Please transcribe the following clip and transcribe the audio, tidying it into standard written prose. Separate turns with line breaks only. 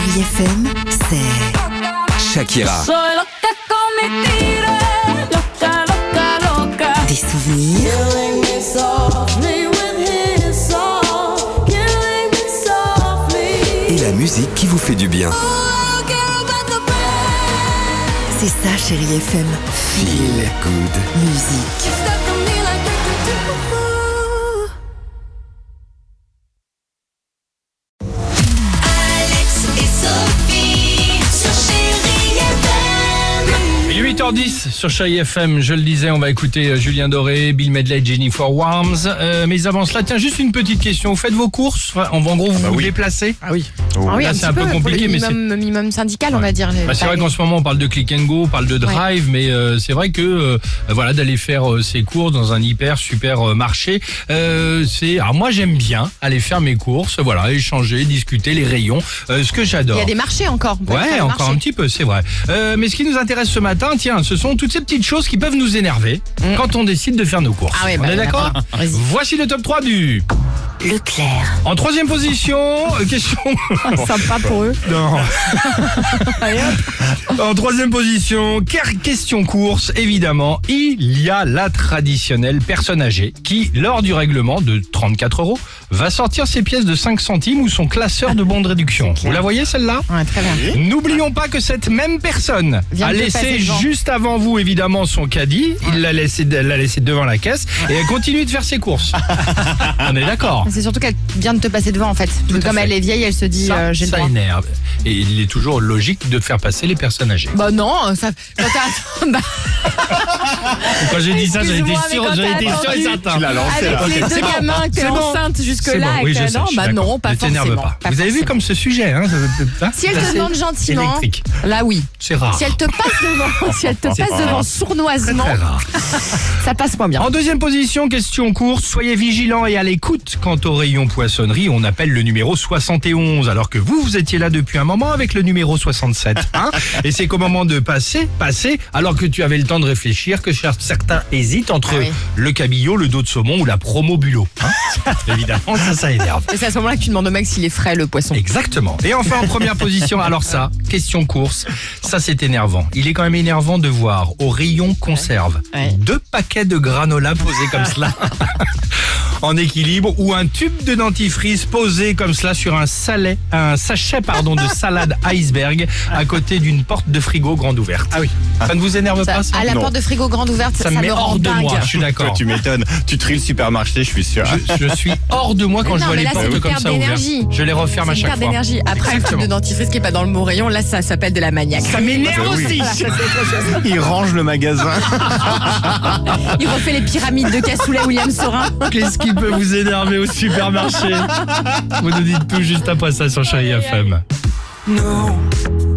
Chérie FM, c'est
Shakira.
Soy loca con mi tigre, loca, loca, loca.
des souvenirs,
Killing me softly with his song, killing me softly.
Et la musique qui vous fait du bien.
Oh, I don't care about the pain.
c'est ça Chérie FM.
Feel good.
Musique.
You stuck on me like do. Alex et Sophie sur Chérie FM.
Il est 8h10 sur Chérie FM, je le disais, on va écouter Julien Doré, Bill Medley, Jennifer Warnes. Mais avant cela, tiens, juste une petite question. Vous faites vos courses? En gros, vous vous déplacez?
Ah oui.
Ah oui,
Là,
un
c'est
petit
un peu
pour
compliqué,
le
mais c'est...
minimum syndical, on va dire.
C'est vrai qu'en ce moment on parle de click and go, on parle de drive, mais c'est vrai que voilà, d'aller faire ses courses dans un hyper super marché, alors moi j'aime bien aller faire mes courses, voilà, échanger, discuter les rayons, ce que j'adore.
Il y a des marchés encore. on peut
Ouais,
faire le
encore
marché.
un petit peu, c'est vrai. Mais ce qui nous intéresse ce matin, tiens, ce sont toutes ces petites choses qui peuvent nous énerver quand on décide de faire nos courses.
Ah ouais,
on
bah,
est d'accord?
vas-y.
Voici le top 3 du...
Leclerc.
En troisième position, question...
Sympa pour eux.
Non. En troisième position, question course, évidemment, il y a la traditionnelle personne âgée qui, lors du règlement de 34 €, va sortir ses pièces de 5 centimes ou son classeur de bons de réduction. Vous la voyez celle-là?
Ouais, très bien.
N'oublions pas que cette même personne
Vient
a
de te
laissé
passer devant.
juste avant vous, évidemment, son caddie. Il l'a laissé devant la caisse et elle continue de faire ses courses. On est d'accord?
C'est surtout qu'elle vient de te passer devant en fait.
Tout à
Comme
fait.
elle est vieille, elle se dit j'ai le
Ça
droit.
énerve. Et il est toujours logique de faire passer les personnes âgées.
Bah non, ça. Quand t'as- bah,
Quand j'ai dit ça, j'ai été
excuse-moi, mais
sûr,
quand
j'ai
t'as
été sûr et
attendu-
certain.
avec les deux gamins, t'es
C'est bon.
enceinte
C'est
jusque-là.
bon, oui,
et
je
que
sais,
non,
je suis
bah
d'accord.
non, pas
Ne t'énerve
forcément.
pas.
pas
Vous avez vu
forcément.
comme ce sujet, hein,
Si elle te
c'est
demande gentiment,
électrique.
là oui.
C'est rare.
Si elle te passe devant, si elle te
C'est
passe
pas
devant
rare.
sournoisement,
Très rare.
ça passe moins bien.
En deuxième position, question courte, soyez vigilants et à l'écoute. Quant au rayon poissonnerie, on appelle le numéro 71, alors que vous étiez là depuis un moment avec le numéro 67. Hein, et c'est qu'au moment de passer, alors que tu avais le temps de réfléchir, que certains hésitent entre
Ah oui.
le cabillaud, le dos de saumon ou la promo bulot. Hein. Évidemment, ça énerve.
Et c'est à ce moment-là que tu demandes au mec s'il est frais le poisson.
Exactement. Et enfin, en première position, alors ça, question course, ça c'est énervant. Il est quand même énervant de voir au rayon conserve
Ouais.
2 paquets de granola posés comme cela en équilibre ou un tube de dentifrice posé comme cela sur un sachet de salade iceberg à côté d'une porte de frigo grande ouverte. Ah oui. Ça ne vous énerve
Ça,
pas ça?
à la
Non.
porte de frigo grande ouverte,
Ça me met
me rend
hors de
dingue.
moi, je suis d'accord.
Toi, tu m'étonnes. Tu tries le supermarché, je suis sûr.
Je suis hors de moi quand
Mais
je
non,
vois
mais
les
là, c'est
portes
une
comme
perte
ça ouvertes.
d'énergie.
Je les referme à
C'est une
chaque
perte
fois.
d'énergie. Après, un truc
Exactement.
de dentifrice qui est pas dans le bon rayon, là, ça s'appelle de la maniaque.
Ça m'énerve
Bah oui.
aussi.
Il range le magasin.
Il refait les pyramides de cassoulet William Sorin.
Qu'est-ce qui peut vous énerver au supermarché? Vous nous dites tout juste après ça sur Chérie FM.
Nous,